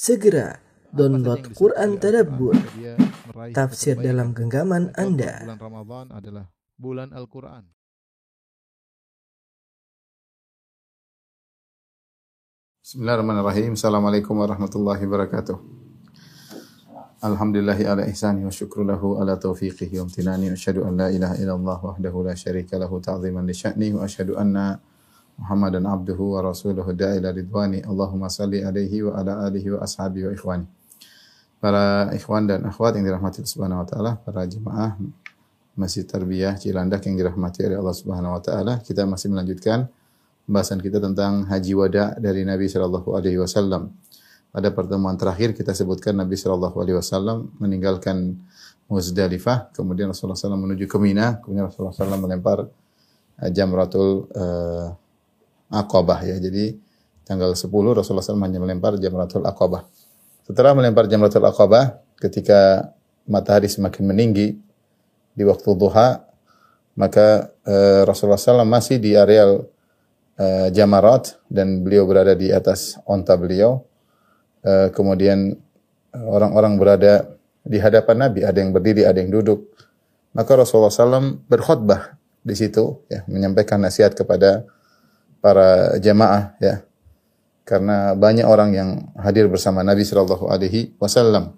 Segera download yang Quran disebut Tadabbur, Al-Quran, dia meraih tafsir kebaikan. dalam genggaman Contoh, Anda. bulan Ramadan adalah bulan Al-Quran. Bismillahirrahmanirrahim. Assalamualaikum warahmatullahi wabarakatuh. Alhamdulillahi ala ihsani wa syukru lahu ala taufiqihi wa amtinani wa asyhadu an la ilaha illallah wahdahu la syarika lahu ta'ziman li sya'ni wa asyhadu anna Muhammadan abduhu wa rasuluhu da'i ila ridwani. Allahumma salli alaihi wa ala alihi wa ashabihi wa ikhwani. Para ikhwan dan akhwat yang dirahmati Allah Subhanahu wa taala, para jemaah Masjid Tarbiyah Cilandak yang dirahmati oleh Allah Subhanahu wa taala, kita masih melanjutkan pembahasan kita tentang haji wada dari Nabi sallallahu alaihi wasallam. Pada pertemuan terakhir kita sebutkan Nabi sallallahu alaihi wasallam meninggalkan Muzdalifah, kemudian Rasulullah SAW menuju ke Mina, kemudian Rasulullah SAW melempar Jamratul Aqabah ya. Jadi tanggal 10 Rasulullah SAW hanya melempar Jamratul Aqabah. Setelah melempar Jamratul Aqabah, ketika matahari semakin meninggi di waktu duha, maka Rasulullah SAW masih di areal Jamarat dan beliau berada di atas onta beliau. Kemudian orang-orang berada di hadapan Nabi, ada yang berdiri, ada yang duduk. Maka Rasulullah SAW berkhutbah di situ, ya, menyampaikan nasihat kepada para jamaah, ya, karena banyak orang yang hadir bersama Nabi Sallallahu Alaihi Wasallam.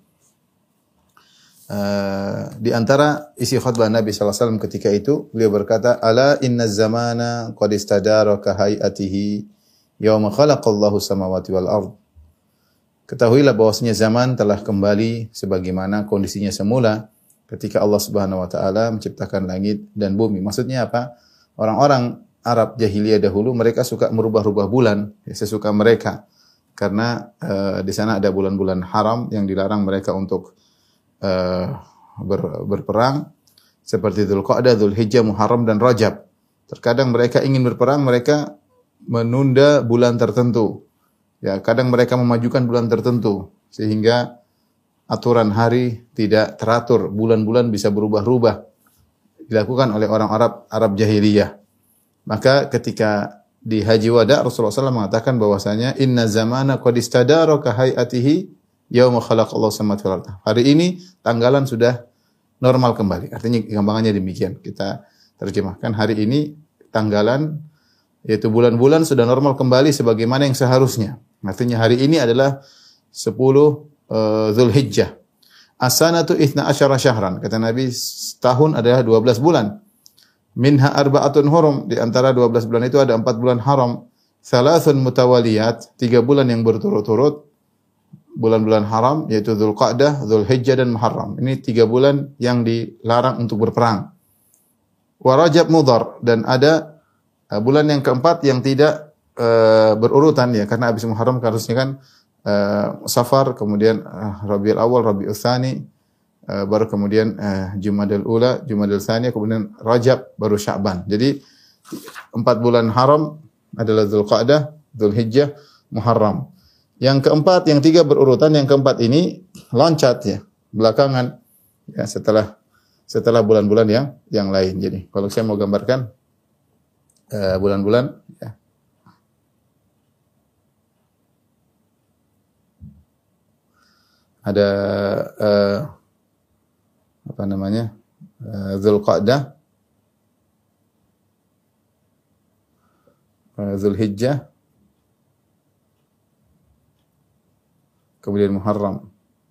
Di antara isi khutbah Nabi Sallallahu Alaihi Wasallam ketika itu, beliau berkata, "Ala inna zamana qad istadara ka hayatihi yawma khalaqallahu samawati wal ard." Ketahuilah bahwasanya zaman telah kembali sebagaimana kondisinya semula ketika Allah Subhanahu wa taala menciptakan langit dan bumi. Maksudnya apa? Orang-orang Arab jahiliyah dahulu mereka suka merubah-rubah bulan, ya, sesuka mereka. Karena di sana ada bulan-bulan haram yang dilarang mereka untuk berperang, seperti Dzulqa'dah, Dzulhijjah, Muharram dan Rajab. Terkadang mereka ingin berperang, mereka menunda bulan tertentu. Ya, kadang mereka memajukan bulan tertentu sehingga aturan hari tidak teratur, bulan-bulan bisa berubah-ubah. Dilakukan oleh orang Arab jahiliyah. Maka ketika di Haji Wada Rasulullah SAW mengatakan bahwasanya inna zamana qad istadara ka hayatihi yauma khalaqallahu samawati wal ardh. Hari ini tanggalan sudah normal kembali. Artinya gampangannya demikian. Kita terjemahkan hari ini tanggalan yaitu bulan-bulan sudah normal kembali sebagaimana yang seharusnya. Artinya hari ini adalah 10 Dzulhijjah. As-sanatu 12 syahran. Kata Nabi, tahun adalah 12 bulan. Minha arba'atun hurum, di antara 12 bulan itu ada 4 bulan haram. Thalathun mutawaliyat, 3 bulan yang berturut-turut. Bulan-bulan haram yaitu Dzulqa'dah, Dzulhijjah dan Muharram. Ini 3 bulan yang dilarang untuk berperang. Wa Rajab Mudhar, dan ada bulan yang keempat yang tidak berurutan, ya, karena habis Muharram harusnya kan Safar, kemudian Rabiul Awal, Rabiul Tsani, baru kemudian Jumadil Ula, Jumadil Tsaniyah, kemudian Rajab, baru Sya'ban. Jadi 4 bulan haram adalah Dzulqa'dah, Dzulhijjah, Muharram. Yang keempat, yang 3 berurutan, yang keempat ini loncat, ya, belakangan, ya, setelah bulan-bulan yang lain. Jadi kalau saya mau gambarkan bulan-bulan, ya, ada apa namanya? Dzulqa'dah, Dzulhijjah, kemudian Muharram.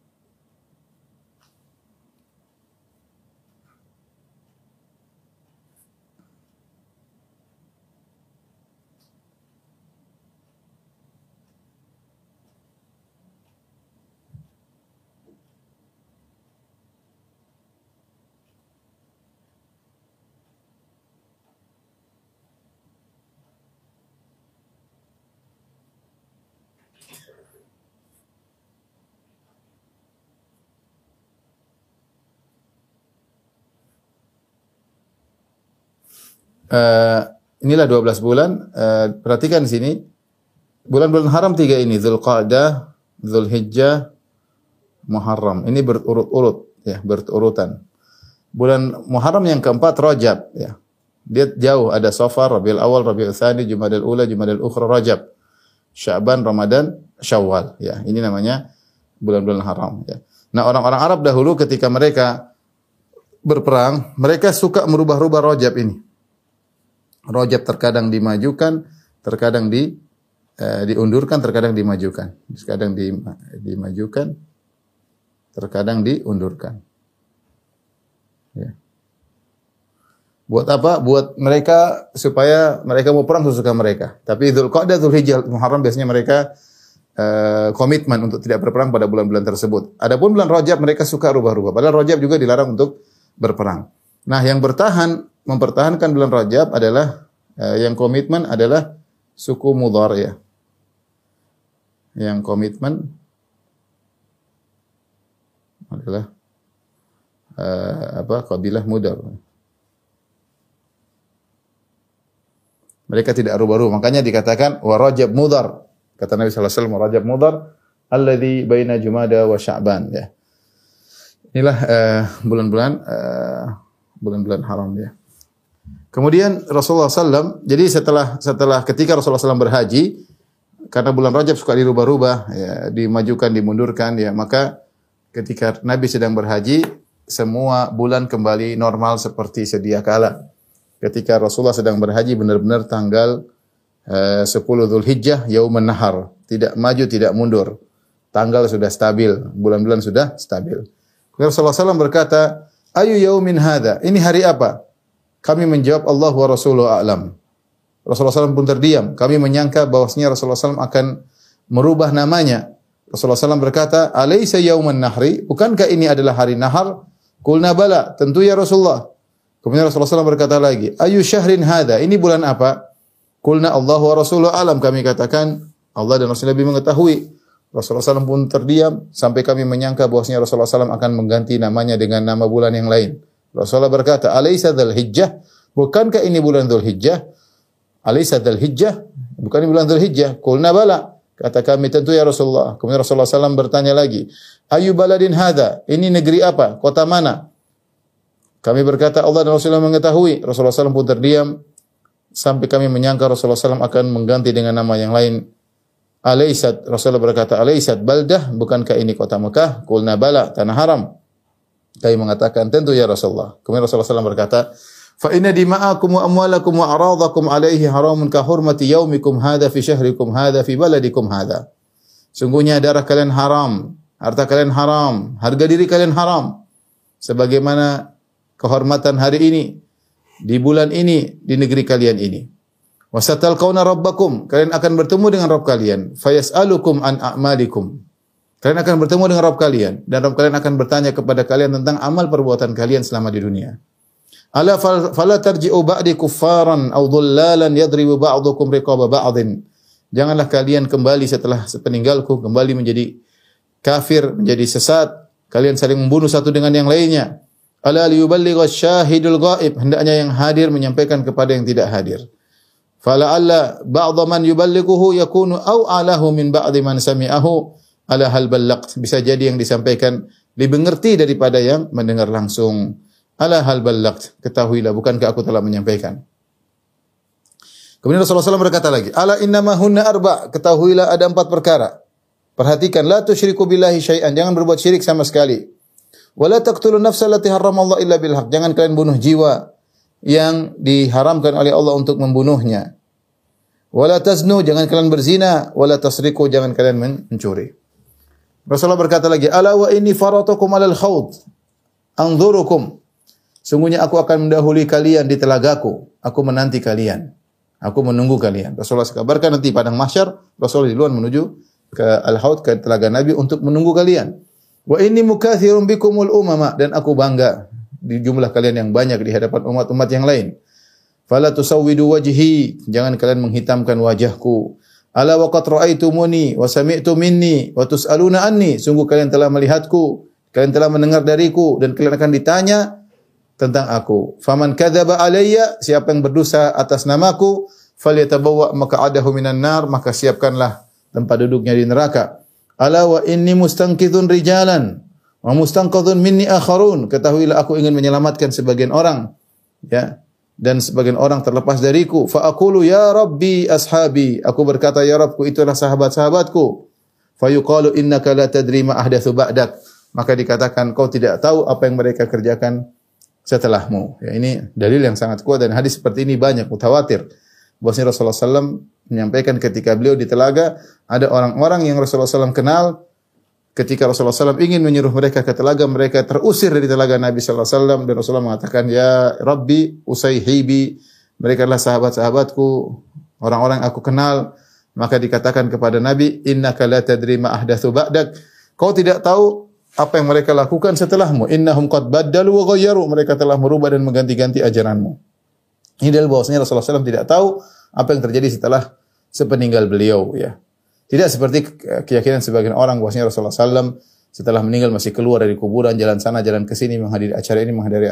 Inilah 12 bulan. Perhatikan di sini. Bulan-bulan haram 3 ini, Dzulqa'dah, Dzulhijjah, Muharram. Ini berurut-urut, ya, berurutan. Bulan Muharram yang keempat Rajab, ya. Dia jauh, ada Safar, Rabiul Awal, Rabiul Tsani, Jumadil Ula, Jumadil Ukhra, Rajab, Sya'ban, Ramadan, Syawal, ya. Ini namanya bulan-bulan haram ya. Nah, orang-orang Arab dahulu ketika mereka berperang, mereka suka merubah-rubah Rajab ini. Rajab terkadang dimajukan, terkadang diundurkan, terkadang dimajukan. Terkadang dimajukan, terkadang diundurkan. Ya. Buat apa? Buat mereka supaya mereka mau perang sesuka mereka. Tapi Dzulqa'dah, Dzulhijjah, Muharram biasanya mereka komitmen untuk tidak berperang pada bulan-bulan tersebut. Adapun bulan Rajab mereka suka rubah-rubah. Padahal Rajab juga dilarang untuk berperang. Nah, yang mempertahankan bulan Rajab adalah yang komitmen adalah suku Mudhar ya. Yang komitmen adalah kabilah Mudhar. Mereka tidak rubah-rubah. Makanya dikatakan wa Rajab Mudhar. Kata Nabi sallallahu alaihi wasallam, Rajab Mudhar alladzi baina Jumada wa Sya'ban ya. Inilah bulan-bulan haram ya. Kemudian Rasulullah SAW, jadi setelah ketika Rasulullah SAW berhaji, karena bulan Rajab suka dirubah-rubah, ya, dimajukan, dimundurkan, ya, maka ketika Nabi sedang berhaji, semua bulan kembali normal seperti sedia kala. Ketika Rasulullah sedang berhaji, benar-benar tanggal 10 Dzulhijjah, Yaumun Nahar, tidak maju, tidak mundur. Tanggal sudah stabil, bulan-bulan sudah stabil. Rasulullah SAW berkata, ayu yaumin hadha, ini hari apa? Kami menjawab Allah wa Rasuluhu a'lam. Rasulullah SAW pun terdiam. Kami menyangka bahwasanya Rasulullah SAW akan merubah namanya. Rasulullah SAW berkata, alaysa yauman nahri, bukankah ini adalah hari nahar? Qulna bala, tentu ya Rasulullah. Kemudian Rasulullah SAW berkata lagi, ayu syahrin hadha, ini bulan apa? Qulna Allah wa Rasuluhu a'lam, kami katakan Allah dan Rasulullah lebih mengetahui. Rasulullah SAW pun terdiam sampai kami menyangka bahwasanya Rasulullah SAW akan mengganti namanya dengan nama bulan yang lain. Rasulullah berkata, alaysa Dzulhijjah, bukankah ini bulan Dzulhijjah? Alaysa Dzulhijjah, bukan ini bulan Dzulhijjah? Qulna bala, kata kami tentu ya Rasulullah. Kemudian Rasulullah SAW bertanya lagi, ayu baladin hadha, ini negeri apa? Kota mana? Kami berkata Allah dan Rasulullah mengetahui. Rasulullah SAW pun terdiam sampai kami menyangka Rasulullah SAW akan mengganti dengan nama yang lain. Alaysat, Rasulullah berkata, alaysat baldah, bukankah ini kota Mekah? Qulna bala, tanah haram. Kami mengatakan, tentu ya Rasulullah. Kemudian Rasulullah SAW berkata, fa inna dima'akum wa amwalakum wa aradakum alaihi haramun ka hurmati yaumikum hadha fi syahrikum hadha fi baladikum hadha. Sungguhnya darah kalian haram, harta kalian haram, harga diri kalian haram. Sebagaimana kehormatan hari ini, di bulan ini, di negeri kalian ini. Wasatalqauna rabbakum, kalian akan bertemu dengan Rabb kalian. Fayas'alukum an a'malikum. Kalian akan bertemu dengan Rabb kalian dan Rabb kalian akan bertanya kepada kalian tentang amal perbuatan kalian selama di dunia. Ala fala tarji'u ba'di kuffaran aw dhullalan yadribu ba'dukum riqaba ba'dhin. Janganlah kalian kembali setelah sepeninggalku kembali menjadi kafir, menjadi sesat, kalian saling membunuh satu dengan yang lainnya. Ala liyuballigha syahidul ghaib, hendaknya yang hadir menyampaikan kepada yang tidak hadir. Fala alla ba'dha man yuballighuhu yakunu aw alahu min ba'di man sami'ahu ala hal ballaqt. Bisa jadi yang disampaikan lebih mengerti daripada yang mendengar langsung. Ala hal ballaqt, ketahuilah bukankah aku telah menyampaikan. Kemudian Rasulullah SAW berkata lagi, ala innama hunna arba', ketahuilah ada 4 perkara. Perhatikan, la tusyriku billahi syai'an, jangan berbuat syirik sama sekali. Wala taqtulun nafsa allati harramallahu illa bil haqq, jangan kalian bunuh jiwa yang diharamkan oleh Allah untuk membunuhnya. Wala taznu, jangan kalian berzina, wala tasriku, jangan kalian mencuri. Rasulullah berkata lagi, ala wa inni faratukum alal khawd anzurukum. Sungguhnya aku akan mendahului kalian di telagaku, aku menanti kalian, aku menunggu kalian. Rasulullah kabarkan nanti padang mahsyar, Rasulullah duluan menuju ke al-haud, ke telaga Nabi untuk menunggu kalian. Wa inni mukatsirun bikumul umama, dan aku bangga di jumlah kalian yang banyak di hadapan umat-umat yang lain. Fala tusawwidu wajhi, jangan kalian menghitamkan wajahku. Ala waqad ra'aitumuni wa sami'tu minni wa tus'aluna anni, sungguh kalian telah melihatku, kalian telah mendengar dariku dan kalian akan ditanya tentang aku. Faman kadzaba alayya, siapa yang berdosa atas namaku, falyatabawwa maq'adahu minan nar, maka siapkanlah tempat duduknya di neraka. Ala wa inni mustanqidhun rijalan wa mustanqadhun minni akharun, ketahuilah aku ingin menyelamatkan sebagian orang, ya, dan sebagian orang terlepas dariku. Fa aqulu ya rabbi ashabi, aku berkata ya Rabbku itulah sahabat-sahabatku. Fayuqalu innaka la tadri ma ahdatsu ba'dak. Maka dikatakan kau tidak tahu apa yang mereka kerjakan setelahmu. Ya, ini dalil yang sangat kuat dan hadis seperti ini banyak mutawatir. Bahwasanya Rasulullah SAW menyampaikan ketika beliau di telaga ada orang-orang yang Rasulullah SAW kenal. Ketika Rasulullah SAW ingin menyuruh mereka ke telaga, mereka terusir dari telaga Nabi SAW dan Rasulullah mengatakan, ya Rabbi usayhibi, mereka adalah sahabat-sahabatku, orang-orang yang aku kenal. Maka dikatakan kepada Nabi, innaka la tadri ma ahdatsu ba'dak. Kau tidak tahu apa yang mereka lakukan setelahmu. Innahum qad baddalu wa ghayyaru, mereka telah merubah dan mengganti-ganti ajaranmu. Ini dalil bahwasanya Rasulullah SAW tidak tahu apa yang terjadi sepeninggal beliau, ya. Tidak seperti keyakinan sebagian orang bahwasanya Rasulullah SAW setelah meninggal masih keluar dari kuburan, jalan sana, jalan ke sini, menghadiri acara ini, menghadiri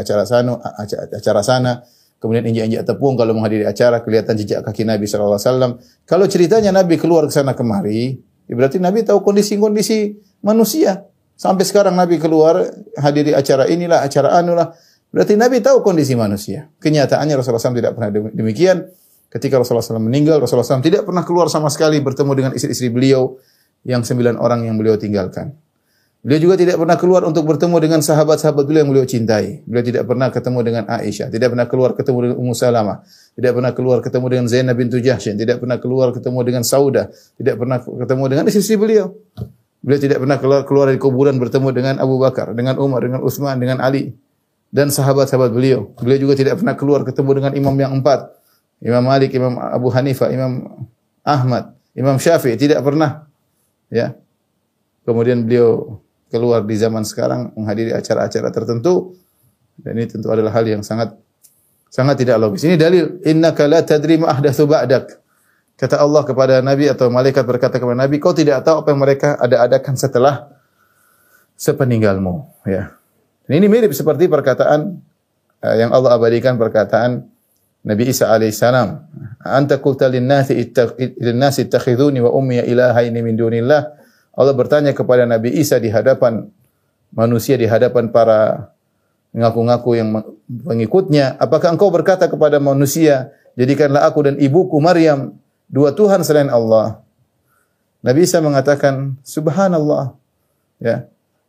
acara sana, kemudian injak-injak tepung kalau menghadiri acara, kelihatan jejak kaki Nabi SAW. Kalau ceritanya Nabi keluar ke sana kemari, berarti Nabi tahu kondisi-kondisi manusia. Sampai sekarang Nabi keluar, hadiri acara inilah, acara anulah. Berarti Nabi tahu kondisi manusia. Kenyataannya Rasulullah SAW tidak pernah demikian. Ketika Rasulullah SAW meninggal, Rasulullah SAW tidak pernah keluar sama sekali bertemu dengan istri-istri beliau yang 9 orang yang beliau tinggalkan. Beliau juga tidak pernah keluar untuk bertemu dengan sahabat-sahabat beliau yang beliau cintai. Beliau tidak pernah ketemu dengan Aisyah, tidak pernah keluar ketemu dengan Ummu Salamah, tidak pernah keluar ketemu dengan Zainab bintu Jahsy, tidak pernah keluar ketemu dengan Saudah, tidak pernah ketemu dengan istri-istri beliau. Beliau tidak pernah keluar dari kuburan bertemu dengan Abu Bakar, dengan Umar, dengan Utsman, dengan Ali dan sahabat-sahabat beliau. Beliau juga tidak pernah keluar ketemu dengan imam yang 4. Imam Malik, Imam Abu Hanifah, Imam Ahmad, Imam Syafi'i, tidak pernah. Ya. Kemudian beliau keluar di zaman sekarang menghadiri acara-acara tertentu dan ini tentu adalah hal yang sangat tidak logis. Ini dalil innaka la tadri ma ahdatsu ba'dak. Kata Allah kepada Nabi atau malaikat berkata kepada Nabi, kau tidak tahu apa yang mereka adakan setelah sepeninggalmu, ya. Dan ini mirip seperti perkataan yang Allah abadikan perkataan Nabi Isa alaihissalam, anta qulta lin-nasi ittakhiduni wa ummi ilahaini min dunillah. Allah bertanya kepada Nabi Isa di hadapan manusia, di hadapan para mengaku-ngaku yang pengikutnya, apakah engkau berkata kepada manusia, jadikanlah aku dan ibuku Maryam dua Tuhan selain Allah? Nabi Isa mengatakan, subhanallah, ya.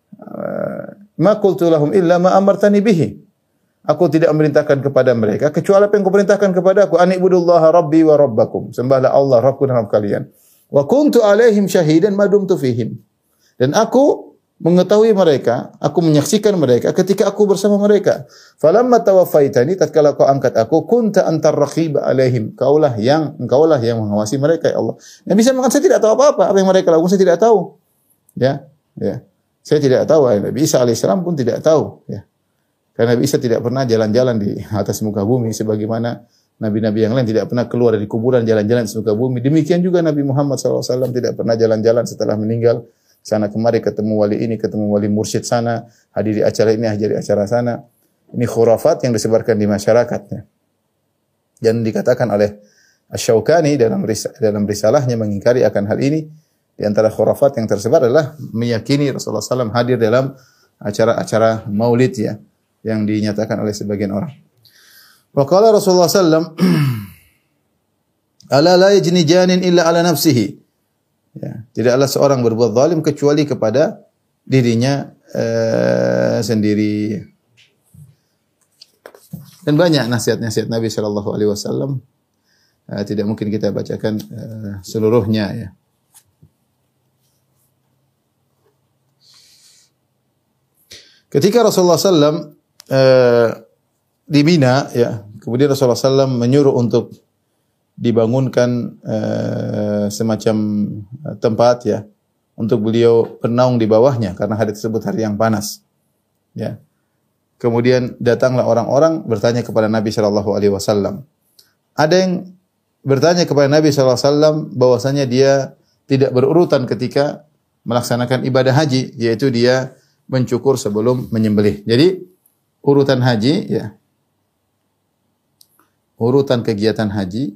Ma qultu lahum illa ma amartani bihi. Aku tidak memerintahkan kepada mereka kecuali apa yang kau perintahkan kepada aku. Anibudullaha rabbi wa rabbakum. Sembahlah Allah, Rabbku dan Rabb kalian. Wa kuntu alaihim syahidan ma dumtu fihim. Dan aku mengetahui mereka, aku menyaksikan mereka ketika aku bersama mereka. Falamma tawaffaitani, tatkala kau angkat aku, kunta antar raqib alaihim. Engkaulah yang mengawasi mereka, ya Allah. Nabi bisa mengatakan, saya tidak tahu apa-apa yang mereka lakukan, saya tidak tahu. Ya. Saya tidak tahu. Nabi Isa alaihissalam pun tidak tahu, ya. Karena Nabi Isa tidak pernah jalan-jalan di atas muka bumi sebagaimana nabi-nabi yang lain tidak pernah keluar dari kuburan jalan-jalan di muka bumi. Demikian juga Nabi Muhammad SAW tidak pernah jalan-jalan setelah meninggal sana kemari ketemu wali ini, ketemu wali mursyid sana, hadiri acara ini, hadiri acara sana. Ini khurafat yang disebarkan di masyarakatnya. Dan dikatakan oleh Asy-Syaukani dalam risalahnya mengingkari akan hal ini. Di antara khurafat yang tersebar adalah meyakini Rasulullah SAW hadir dalam acara-acara maulid, ya, yang dinyatakan oleh sebagian orang. Wa qala Rasulullah sallallahu ala la yajni janin illa ala nafsihi. Ya, tidaklah seorang berbuat zalim kecuali kepada dirinya sendiri. Dan banyak nasihat-nasihat Nabi sallallahu alaihi wasallam. Tidak mungkin kita bacakan seluruhnya, ya. Ketika Rasulullah sallallahu di Mina, ya, kemudian Rasulullah SAW menyuruh untuk dibangunkan semacam tempat, ya, untuk beliau bernaung di bawahnya karena hari tersebut hari yang panas, ya. Kemudian datanglah orang-orang bertanya kepada Nabi Shallallahu Alaihi Wasallam. Ada yang bertanya kepada Nabi Shallallahu Alaihi Wasallam bahwasanya dia tidak berurutan ketika melaksanakan ibadah haji, yaitu dia mencukur sebelum menyembelih. Jadi urutan haji, ya, urutan kegiatan haji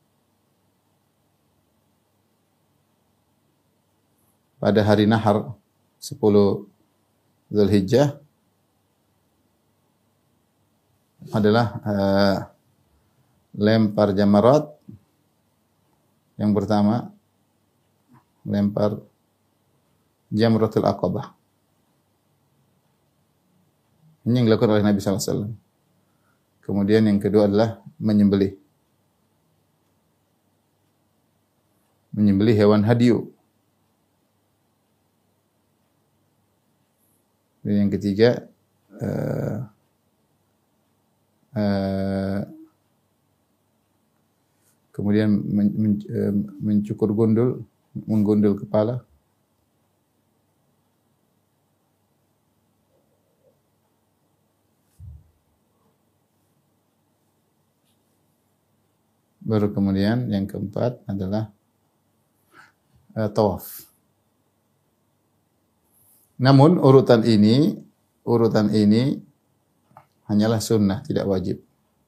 pada hari nahar 10 Zulhijjah adalah lempar jamarat yang pertama, lempar Jamratul Aqabah. Ini yang dilakukan oleh Nabi SAW. Kemudian yang kedua adalah menyembelih. Menyembelih hewan hadyu. Dan yang ketiga, kemudian mencukur gundul, menggundul kepala. Baru kemudian yang keempat adalah tawaf. Namun urutan ini hanyalah sunnah, tidak wajib.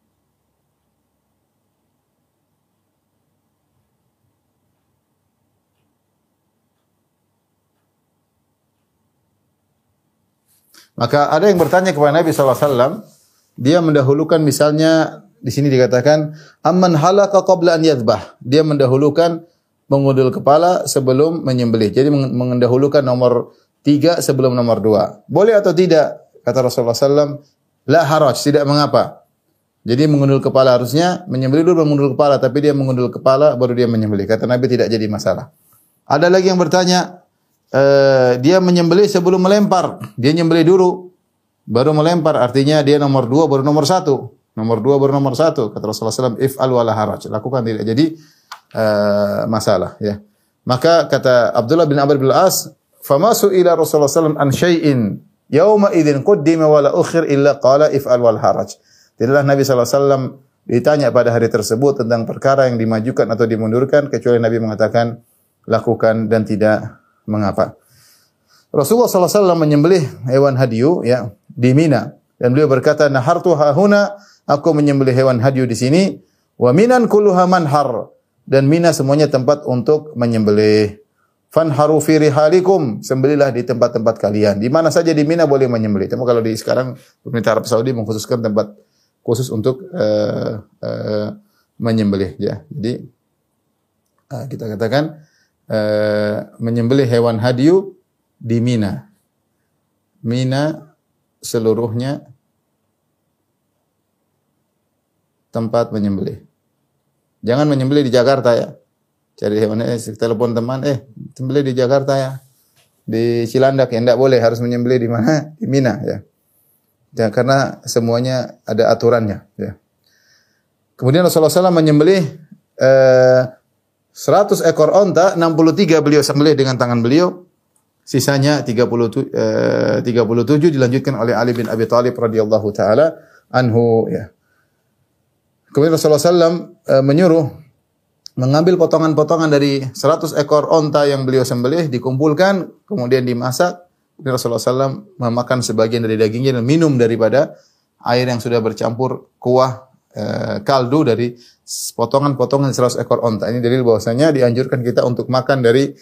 Maka ada yang bertanya kepada Nabi SAW, dia mendahulukan misalnya di sini dikatakan amman halaka qabla an yadhbah. Dia mendahulukan mengundul kepala sebelum menyembelih. Jadi mendahulukan nomor 3 sebelum nomor 2. Boleh atau tidak? Kata Rasulullah SAW, la haraj, tidak mengapa. Jadi mengundul kepala harusnya menyembelih dulu mengundul kepala, tapi dia mengundul kepala baru dia menyembelih. Kata Nabi tidak jadi masalah. Ada lagi yang bertanya, dia menyembelih sebelum melempar. Dia menyembelih dulu baru melempar, artinya dia nomor 2 baru nomor 1. Nomor 2 baru nomor 1. Kata Rasulullah SAW, if'al wala haraj. Lakukan, tidak jadi masalah. Ya. Maka kata Abdullah bin Amr bin Al-As, fama su'ila Rasulullah SAW an syai'in yauma idzin quddima wala ukhir illa qala if'al wal haraj. Tidaklah Nabi SAW ditanya pada hari tersebut tentang perkara yang dimajukan atau dimundurkan, kecuali Nabi mengatakan lakukan dan tidak mengapa. Rasulullah SAW menyembelih hewan hadyu ya di Mina, dan beliau berkata, nahartu hahuna, aku menyembelih hewan hadyu di sini, wa minan kulluha manhar, dan Mina semuanya tempat untuk menyembelih. Fanharu fi rihalikum, sembelihlah di tempat-tempat kalian. Di mana saja di Mina boleh menyembelih. Tapi kalau di sekarang pemerintah Arab Saudi mengkhususkan tempat khusus untuk menyembelih ya. Jadi kita katakan menyembelih hewan hadyu di Mina. Mina seluruhnya tempat menyembelih. Jangan menyembelih di Jakarta ya. Cari hewannya, telepon teman, sembelih di Jakarta ya. Di Cilandak ya, enggak boleh, harus menyembelih di mana? Di Mina ya. Ya, karena semuanya ada aturannya ya. Kemudian Rasulullah SAW menyembelih 100 ekor onta, 63 beliau sembelih dengan tangan beliau. Sisanya 37 dilanjutkan oleh Ali bin Abi Thalib radhiyallahu taala anhu ya. Kemudian Rasulullah SAW menyuruh mengambil potongan-potongan dari 100 ekor onta yang beliau sembelih, dikumpulkan, kemudian dimasak. Rasulullah SAW memakan sebagian dari dagingnya dan minum daripada air yang sudah bercampur kuah kaldu dari potongan-potongan 100 ekor onta. Ini dalil bahwasanya dianjurkan kita untuk makan dari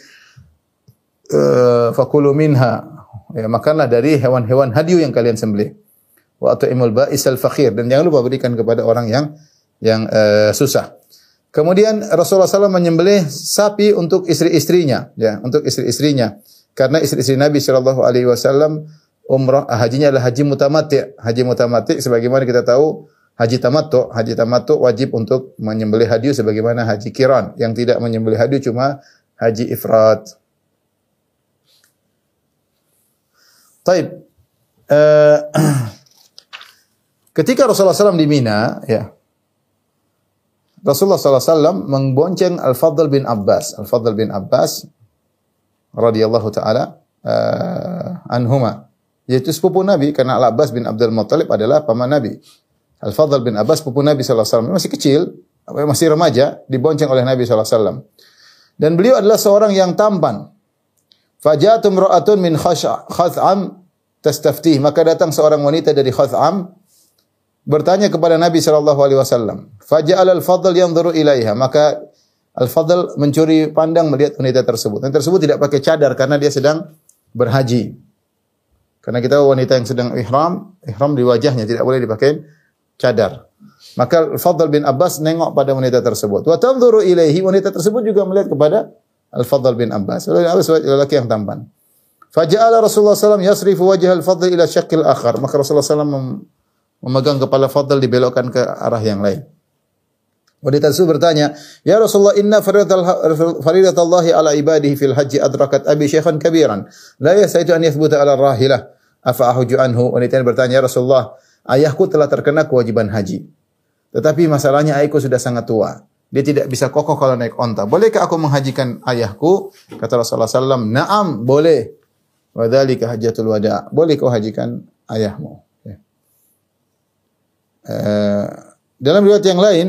fakulu minha. Ya, makanlah dari hewan-hewan hadyu yang kalian sembelih. Wa at'imul ba'isal fakhir, dan jangan lupa berikan kepada orang yang susah. Kemudian Rasulullah SAW menyembelih sapi untuk istri-istrinya, ya, untuk istri-istrinya. Karena istri-istri Nabi Shallallahu Alaihi Wasallam umrah hajinya adalah haji mutamati'. Haji mutamati' sebagaimana kita tahu haji tamattu wajib untuk menyembelih hadyu sebagaimana haji qiran. Yang tidak menyembelih hadyu cuma haji ifrad. Taib. Ketika Rasulullah SAW di Mina, ya, Rasulullah SAW membonceng Al-Fadl bin Abbas. Al-Fadl bin Abbas radhiyallahu taala anhuma, yaitu sepupu Nabi, karena Al-Abbas bin Abdul Muttalib adalah paman Nabi. Al-Fadl bin Abbas sepupu Nabi SAW, masih kecil, masih remaja, dibonceng oleh Nabi SAW. Dan beliau adalah seorang yang tampan. Faja'atum ra'atun min Khath'am tastaftih, maka datang seorang wanita dari Khath'am bertanya kepada Nabi SAW. Faja'al al-Fadl yanzuru ilaiha, maka Al-Fadl mencuri pandang melihat wanita tersebut. Wanita tersebut tidak pakai cadar karena dia sedang berhaji. Karena kita wanita yang sedang ihram di wajahnya tidak boleh dipakai cadar. Maka Al-Fadl bin Abbas nengok pada wanita tersebut. Wa tanzuru ilaihi, wanita tersebut juga melihat kepada Al-Fadl bin Abbas. Lelaki yang tampan. Faja'ala Rasulullah SAW yasrifu wajah al-Fadl ila syaqqil akhar. Maka Rasulullah SAW memegang kepala Fadl dibelokkan ke arah yang lain. Wanita tersebut bertanya, "Ya Rasulullah, inna faridatallahi ala ibadihi fil haji adrakat abi syaikhan kabiran. La yasaitu an yathbuta ala rahilah. Afa ahuju anhu?" Wanita ini bertanya, "Ya Rasulullah, ayahku telah terkena kewajiban haji. Tetapi masalahnya ayahku sudah sangat tua. Dia tidak bisa kokoh kalau naik onta. Bolehkah aku menghajikan ayahku?" Kata Rasulullah SAW, "Na'am, boleh. Wa dzalika hajjatul wada'." Boleh kau hajikan ayahmu. Ya. Dalam riwayat yang lain,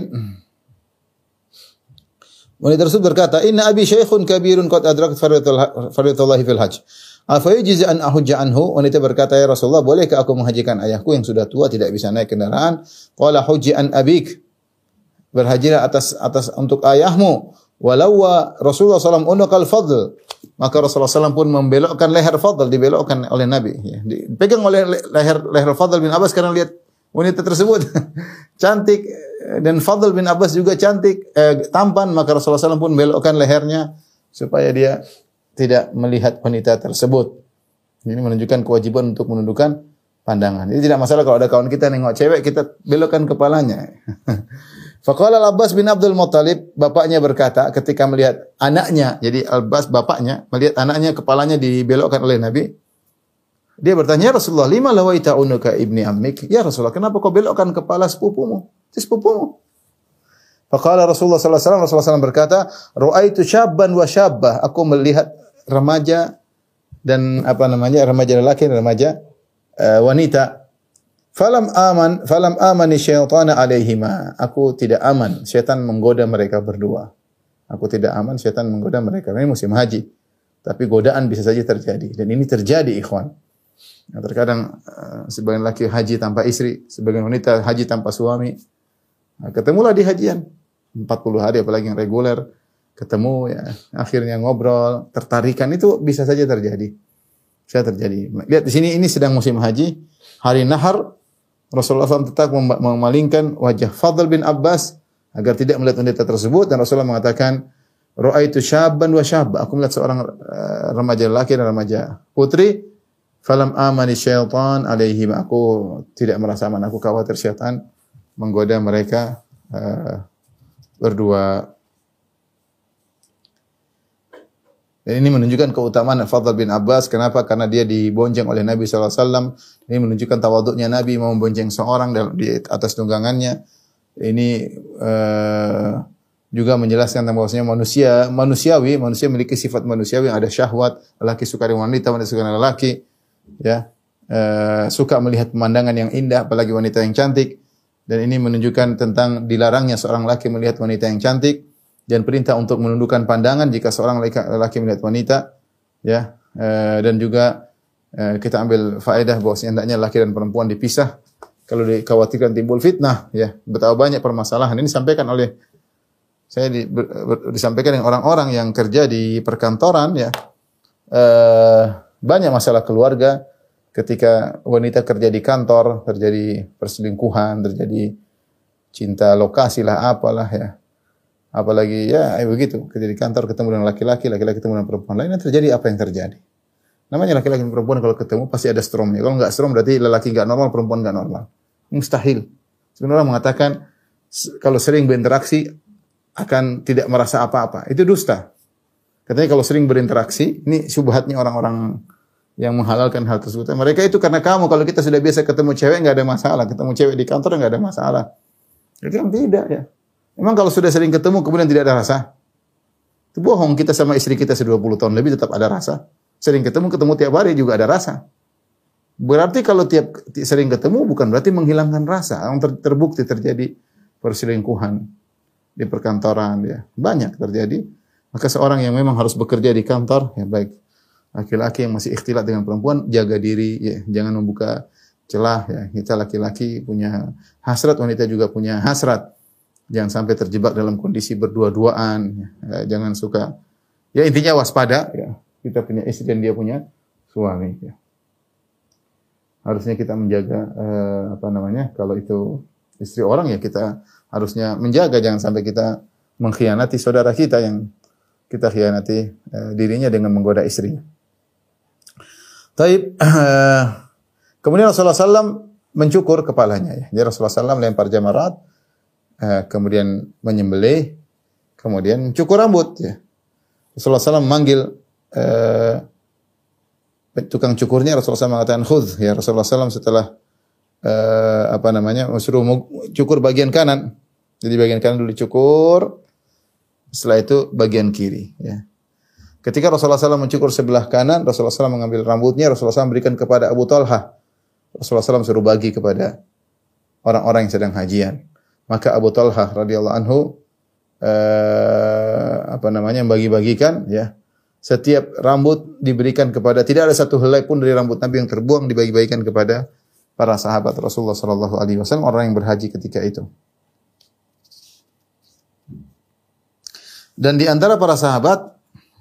wanita tersebut berkata, "Inna abi syaikhun kabirun qad adrakat faridatallahi fil hajj. Afa yujzi an ahujja anhu?" Wanita berkata, "Ya Rasulullah, bolehkah aku menghajikan ayahku yang sudah tua tidak bisa naik kendaraan?" Qala hujji an abik. Berhajilah atas untuk ayahmu. Walau Rasulullah SAW unaqal Fadl. Maka Rasulullah SAW pun membelokkan leher Fadl, dibelokkan oleh Nabi. Ya. Dipegang oleh leher Fadl bin Abbas karena lihat wanita tersebut cantik dan Fadl bin Abbas juga cantik, tampan. Maka Rasulullah SAW pun membelokkan lehernya supaya dia tidak melihat wanita tersebut. Ini menunjukkan kewajiban untuk menundukkan pandangan. Ini tidak masalah kalau ada kawan kita nengok cewek, kita belokkan kepalanya. Faqala Al-Abbas bin Abdul Muttalib, bapaknya berkata ketika melihat anaknya, jadi Al-Abbas bapaknya melihat anaknya kepalanya dibelokkan oleh Nabi. Dia bertanya, "Ya Rasulullah, lima lawaita unuka ibni ammik?" Ya Rasulullah, kenapa kau belokkan kepala sepupumu? Sepupumu. Faqala Rasulullah sallallahu alaihi wasallam, Rasulullah SAW berkata, "Ra'aitu syabban wa syabbah." Aku melihat remaja dan remaja lelaki dan remaja wanita. Falam amani syaitana alaihima. Aku tidak aman, syaitan menggoda mereka berdua. Aku tidak aman, syaitan menggoda mereka. Ini musim haji. Tapi godaan bisa saja terjadi. Dan ini terjadi, ikhwan. Nah, terkadang sebagian laki haji tanpa istri, sebagian wanita haji tanpa suami. Nah, ketemulah di hajian 40 hari, apalagi yang reguler. Ketemu, ya, akhirnya ngobrol, tertarikan, itu bisa saja terjadi. Bisa terjadi. Lihat di sini, ini sedang musim haji, hari nahar. Rasulullah SAW tetap memalingkan wajah Fadl bin Abbas agar tidak melihat wanita tersebut, dan Rasulullah mengatakan, "Ra'aitu syabban wa syabba." Aku melihat seorang remaja laki dan remaja putri. Falam amani syaitan alaihim. Aku tidak merasa aman. Aku khawatir syaitan menggoda mereka berdua. Dan ini menunjukkan keutamaan Fadl bin Abbas. Kenapa? Karena dia dibonceng oleh Nabi SAW. Ini menunjukkan tawaduknya Nabi mau membonceng seorang di atas tunggangannya. Ini juga menjelaskan tentang bahwasanya manusia memiliki sifat manusiawi yang ada syahwat. Lelaki suka dengan wanita, wanita suka dengan lelaki. Ya, suka melihat pemandangan yang indah, apalagi wanita yang cantik. Dan ini menunjukkan tentang dilarangnya seorang laki melihat wanita yang cantik, dan perintah untuk menundukkan pandangan jika seorang lelaki melihat wanita, ya. Dan juga kita ambil faedah bahwasanya hendaknya laki dan perempuan dipisah kalau dikhawatirkan timbul fitnah, ya. Betapa banyak permasalahan ini disampaikan oleh disampaikan dengan orang-orang yang kerja di perkantoran, ya. Banyak masalah keluarga ketika wanita kerja di kantor, terjadi perselingkuhan, terjadi cinta lokasi lah, apalah, ya. Apalagi ya begitu, kerja di kantor ketemu dengan laki-laki ketemu dengan perempuan lain, terjadi apa yang terjadi? Namanya laki-laki dan perempuan kalau ketemu pasti ada stromnya. Kalau enggak strom berarti lelaki enggak normal, perempuan enggak normal. Mustahil. Sebenarnya mengatakan kalau sering berinteraksi akan tidak merasa apa-apa. Itu dusta. Katanya kalau sering berinteraksi, ini syubhatnya orang-orang yang menghalalkan hal tersebut. Mereka itu karena kamu, kalau kita sudah biasa ketemu cewek enggak ada masalah, ketemu cewek di kantor enggak ada masalah. Jadi kan tidak, ya. Memang kalau sudah sering ketemu kemudian tidak ada rasa? Itu bohong. Kita sama istri kita 20 tahun lebih tetap ada rasa. Sering ketemu tiap hari juga ada rasa. Berarti kalau sering ketemu bukan berarti menghilangkan rasa. Yang terbukti terjadi perselingkuhan di perkantoran, ya. Banyak terjadi. Maka seorang yang memang harus bekerja di kantor, ya baik laki-laki yang masih ikhtilat dengan perempuan, jaga diri, ya. Jangan membuka celah, ya. Kita laki-laki punya hasrat, wanita juga punya hasrat. Jangan sampai terjebak dalam kondisi berdua-duaan. Ya, jangan suka. Ya intinya waspada. Ya. Kita punya istri dan dia punya suami. Ya. Harusnya kita menjaga kalau itu istri orang, ya kita harusnya menjaga, jangan sampai kita mengkhianati saudara kita yang kita khianati dirinya dengan menggoda istrinya. Taib. Kemudian Rasulullah SAW mencukur kepalanya. Ya. Jadi Rasulullah SAW lempar jamarat, kemudian menyembelih, kemudian cukur rambut. Ya. Rasulullah SAW memanggil tukang cukurnya. Rasulullah SAW mengatakan khudh. Ya Rasulullah SAW setelah suruh cukur bagian kanan. Jadi bagian kanan dulu dicukur, setelah itu bagian kiri. Ya. Ketika Rasulullah SAW mencukur sebelah kanan, Rasulullah SAW mengambil rambutnya, Rasulullah SAW berikan kepada Abu Talha. Rasulullah SAW suruh bagi kepada orang-orang yang sedang hajian. Maka Abu Talha radhiyallahu anhu bagi-bagikan, ya. Setiap rambut diberikan kepada, tidak ada satu helai pun dari rambut Nabi yang terbuang, dibagi-bagikan kepada para sahabat Rasulullah SAW, orang yang berhaji ketika itu. Dan di antara para sahabat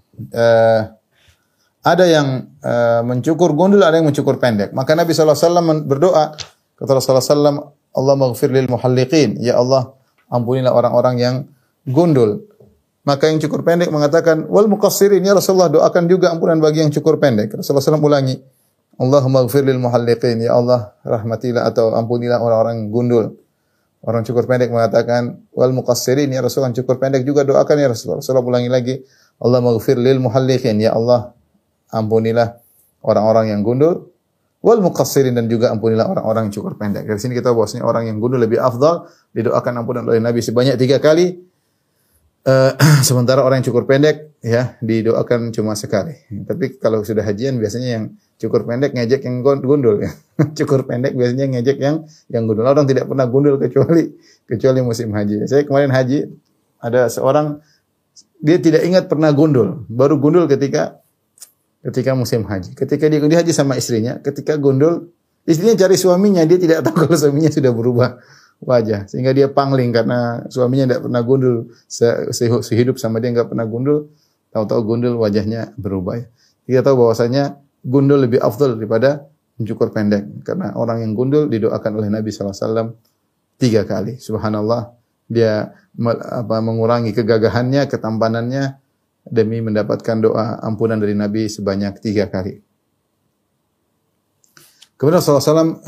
ada yang mencukur gundul, ada yang mencukur pendek. Maka Nabi SAW berdoa, kata Rasulullah SAW, Allah maghfir lil muhalliqin, ya Allah ampunilah orang-orang yang gundul. Maka yang cukur pendek mengatakan, wal muqassirin, ya Rasulullah doakan juga ampunan bagi yang cukur pendek. Rasulullah SAW ulangi, Allahumma maghfir lil muhalliqin, ya Allah rahmatilah atau ampunilah orang-orang yang gundul. Orang cukur pendek mengatakan, wal muqassirin, ya Rasulullah cukur pendek juga doakan ya Rasulullah. Rasulullah ulangi lagi, Allah maghfir lil muhalliqin, ya Allah ampunilah orang-orang yang gundul. Wal muqassirin, dan juga ampunilah orang-orang yang cukur pendek. Dari sini kita bahwasanya orang yang gundul lebih afdal, didoakan ampunan oleh Nabi sebanyak 3 kali. Sementara orang yang cukur pendek ya didoakan cuma sekali. Tapi kalau sudah hajian biasanya yang cukur pendek ngejek yang gundul ya. Cukur pendek biasanya ngejek yang gundul. Orang tidak pernah gundul kecuali musim haji. Saya kemarin haji, ada seorang dia tidak ingat pernah gundul, baru gundul ketika musim haji. Ketika dia haji sama istrinya, ketika gundul, istrinya cari suaminya, dia tidak tahu kalau suaminya sudah berubah wajah, sehingga dia pangling karena suaminya tidak pernah gundul, sehidup sama dia enggak pernah gundul, tahu-tahu gundul wajahnya berubah. Kita tahu bahwasanya gundul lebih afdal daripada mencukur pendek, karena orang yang gundul didoakan oleh Nabi SAW 3 kali. Subhanallah, dia mengurangi kegagahannya, ketampanannya demi mendapatkan doa ampunan dari Nabi sebanyak 3 kali. Kemudian Rasulullah SAW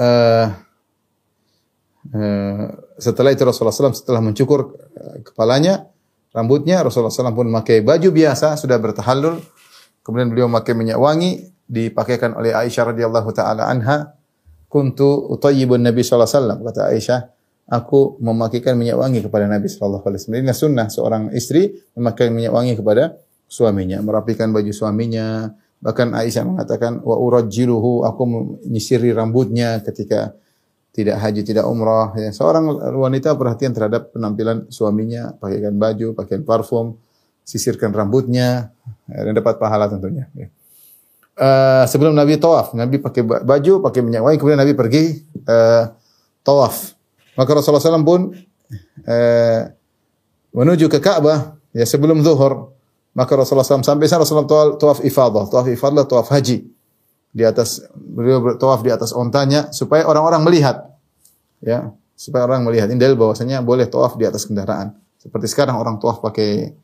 setelah itu Rasulullah SAW setelah mencukur kepalanya, rambutnya, Rasulullah SAW pun memakai baju biasa, sudah bertahallul. Kemudian beliau memakai minyak wangi, dipakaikan oleh Aisyah radhiyallahu taala anha. Kuntu utayyibun Nabi sallallahu alaihi wasallam, kata Aisyah, aku memakaikan minyak wangi kepada Nabi sallallahu alaihi wasallam. Ini sunnah seorang istri memakai minyak wangi kepada suaminya, merapikan baju suaminya. Bahkan Aisyah mengatakan, wa urajjiluhu, aku menyisiri rambutnya ketika tidak haji, tidak umrah. Ya, seorang wanita perhatian terhadap penampilan suaminya, pakaikan baju, pakaian parfum, sisirkan rambutnya, dan dapat pahala tentunya. Ya. Sebelum Nabi tawaf, Nabi pakai baju, pakai minyak wangi, kemudian Nabi pergi tawaf. Maka Rasulullah SAW pun menuju ke Ka'bah, ya sebelum zuhur. Maka Rasulullah SAW sampai sana Rasulullah tawaf ifadah, tawaf haji. Di atas, beliau bertawaf di atas ontanya supaya orang-orang melihat, ya, supaya orang melihat. Ini dalil bahwasanya boleh tawaf di atas kendaraan. Seperti sekarang orang tawaf pakai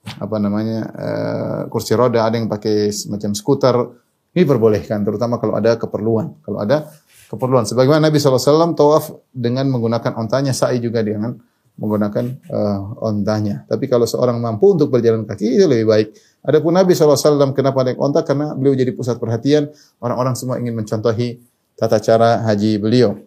kursi roda, ada yang pakai semacam skuter. Ini diperbolehkan, terutama kalau ada keperluan. Kalau ada keperluan, sebagaimana Nabi SAW tawaf dengan menggunakan ontanya, sa'i juga dengan menggunakan ontanya. Tapi kalau seorang mampu untuk berjalan kaki, itu lebih baik. Adapun Nabi SAW kenapa naik onta? Karena beliau jadi pusat perhatian. Orang-orang semua ingin mencontohi tata cara haji beliau.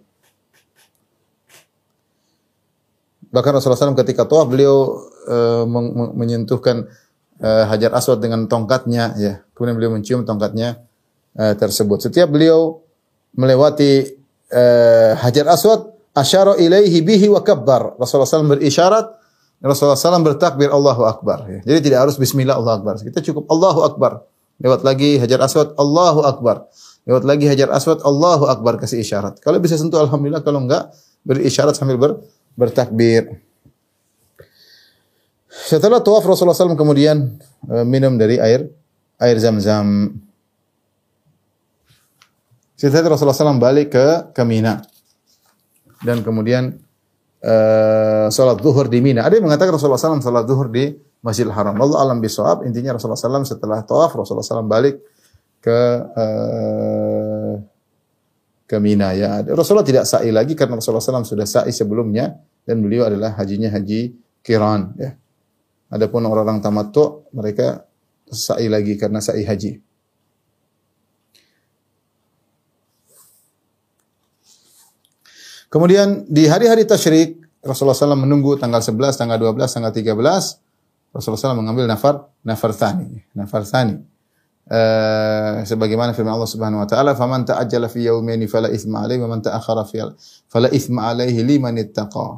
Bahkan Rasulullah SAW ketika tawaf, beliau menyentuhkan Hajar Aswad dengan tongkatnya. Ya. Kemudian beliau mencium tongkatnya tersebut. Setiap beliau melewati Hajar Aswad, asyara ilaihi bihi wa kabbar. Rasulullah SAW berisyarat, Rasulullah SAW bertakbir Allahu Akbar. Ya. Jadi tidak harus bismillah Allahu Akbar. Kita cukup Allahu Akbar. Lewat lagi Hajar Aswad, Allahu Akbar. Lewat lagi Hajar Aswad, Allahu Akbar, kasih isyarat. Kalau bisa sentuh alhamdulillah, kalau enggak beri isyarat sambil bertakbir. Setelah tawaf Rasulullah SAW kemudian minum dari air Zam-Zam. Setelah itu Rasulullah SAW balik ke Mina. Dan kemudian salat zuhur di Mina. Ada yang mengatakan Rasulullah SAW salat zuhur di Masjidil Haram. Wallahu a'lam bishawab. Intinya Rasulullah SAW setelah tawaf, Rasulullah SAW balik ke ke Mina ya. Rasulullah tidak sa'i lagi karena Rasulullah SAW sudah sa'i sebelumnya dan beliau adalah hajinya haji qiran ya. Adapun orang-orang tamattu mereka sa'i lagi karena sa'i haji. Kemudian di hari-hari tasyrik Rasulullah SAW menunggu tanggal 11, tanggal 12, tanggal 13 Rasulullah SAW mengambil nafar thani. Sebagaimana firman Allah Subhanahu wa taala, "Faman ta'ajjala fi yawmaini fala itsma 'alaihi wa man ta'akhkhara fala itsma 'alaihi liman ittaqa."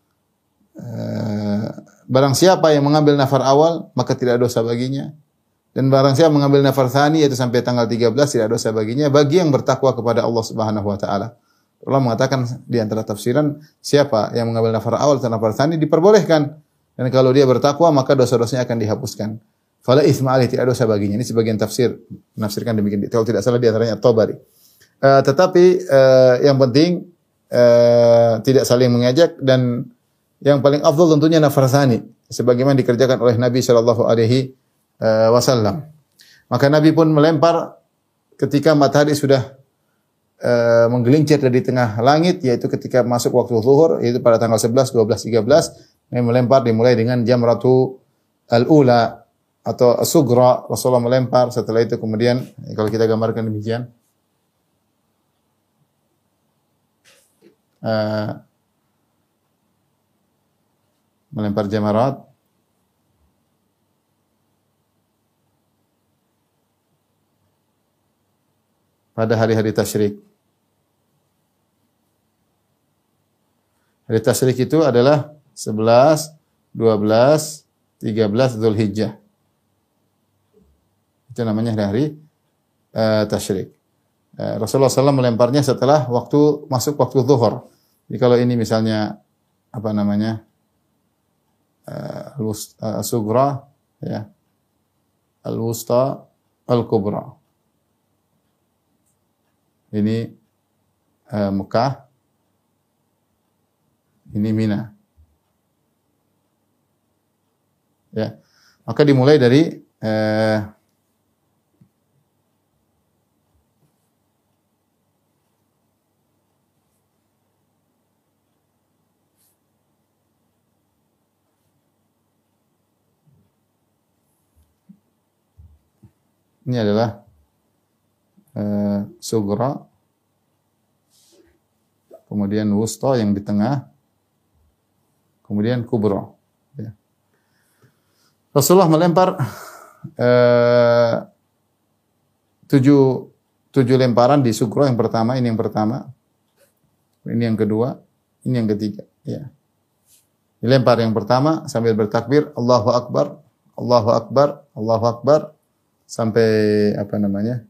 Barang siapa yang mengambil nafar awal maka tidak ada dosa baginya, dan barang siapa mengambil nafar tsani yaitu sampai tanggal 13 tidak ada dosa baginya bagi yang bertakwa kepada Allah Subhanahu wa taala. Allah mengatakan di antara tafsiran, siapa yang mengambil nafar awal atau nafar tsani diperbolehkan, dan kalau dia bertakwa maka dosa-dosanya akan dihapuskan. Fala itsma alaihi, tidak dosa baginya. Ini sebagian tafsir menafsirkan demikian. Kalau tidak salah di antaranya At-Tabari. Tetapi yang penting tidak saling mengejek, dan yang paling afdal tentunya nafar tsani sebagaimana dikerjakan oleh Nabi sallallahu alaihi wasallam. Maka Nabi pun melempar ketika matahari sudah menggelincir dari tengah langit, yaitu ketika masuk waktu zuhur, yaitu pada tanggal 11, 12, 13. Nabi melempar dimulai dengan jamratu al-ula atau sugra, Rasulullah melempar. Setelah itu kemudian kalau kita gambarkan demikian, melempar jamarat, pada hari-hari tasyrik. Hari tasyrik itu adalah 11, 12, 13 Dzulhijjah. Itu namanya hari tasyrik. Rasulullah SAW melemparnya setelah masuk waktu zuhur. Jadi kalau ini misalnya apa namanya al-sugra ya, al-wusta, al-kubra. Ini Mekah, ini Mina. Ya. Maka dimulai dari ini adalah sugra, kemudian wusta yang di tengah, kemudian kubra. Ya. Rasulullah melempar 7 lemparan di sugra yang pertama, ini yang pertama, ini yang kedua, ini yang ketiga. Ya. Dilempar yang pertama sambil bertakbir, Allahu Akbar, Allahu Akbar, Allahu Akbar, sampai apa namanya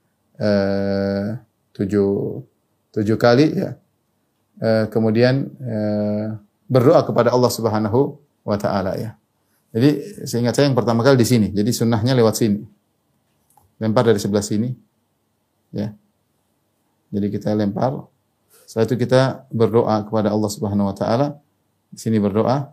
7 kali ya. Kemudian berdoa kepada Allah Subhanahu wa taala ya. Jadi seingat saya yang pertama kali di sini. Jadi sunnahnya lewat sini. Lempar dari sebelah sini. Ya. Jadi kita lempar. Setelah itu kita berdoa kepada Allah Subhanahu wa taala. Di sini berdoa.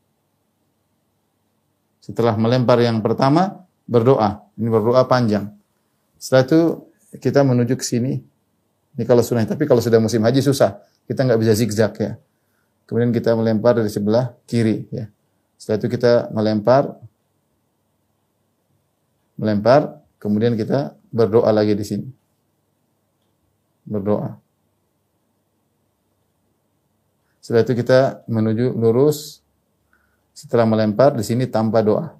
Setelah melempar yang pertama, berdoa. Ini berdoa panjang. Setelah itu kita menuju ke sini. Ini kalau sunnah, tapi kalau sudah musim haji susah. Kita nggak bisa zigzag ya. Kemudian kita melempar dari sebelah kiri ya. Setelah itu kita melempar, kemudian kita berdoa lagi di sini. Berdoa. Setelah itu kita menuju lurus. Setelah melempar di sini tanpa doa.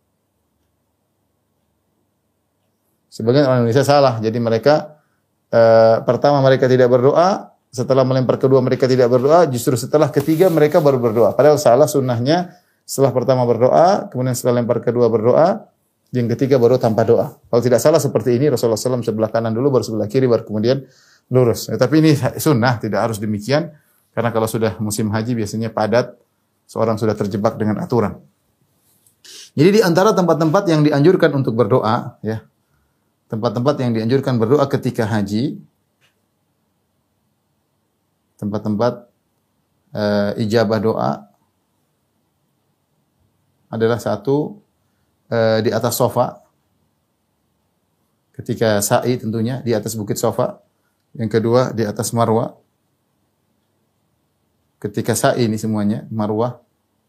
Sebagian orang Indonesia salah. Jadi mereka pertama mereka tidak berdoa, setelah melempar kedua mereka tidak berdoa, justru setelah ketiga mereka baru berdoa. Padahal salah, sunnahnya setelah pertama berdoa, kemudian setelah lempar kedua berdoa, yang ketiga baru tanpa doa. Kalau tidak salah seperti ini, Rasulullah SAW sebelah kanan dulu, baru sebelah kiri, baru kemudian lurus. Tapi ini sunnah, tidak harus demikian. Karena kalau sudah musim haji biasanya padat, seorang sudah terjebak dengan aturan. Jadi di antara tempat-tempat yang dianjurkan untuk berdoa, ya, tempat-tempat yang dianjurkan berdoa ketika haji, tempat-tempat ijabah doa adalah satu di atas sofa. ketika sa'i tentunya di atas Bukit Safa. Yang kedua di atas Marwah. Ketika sa'i ini semuanya, Marwah.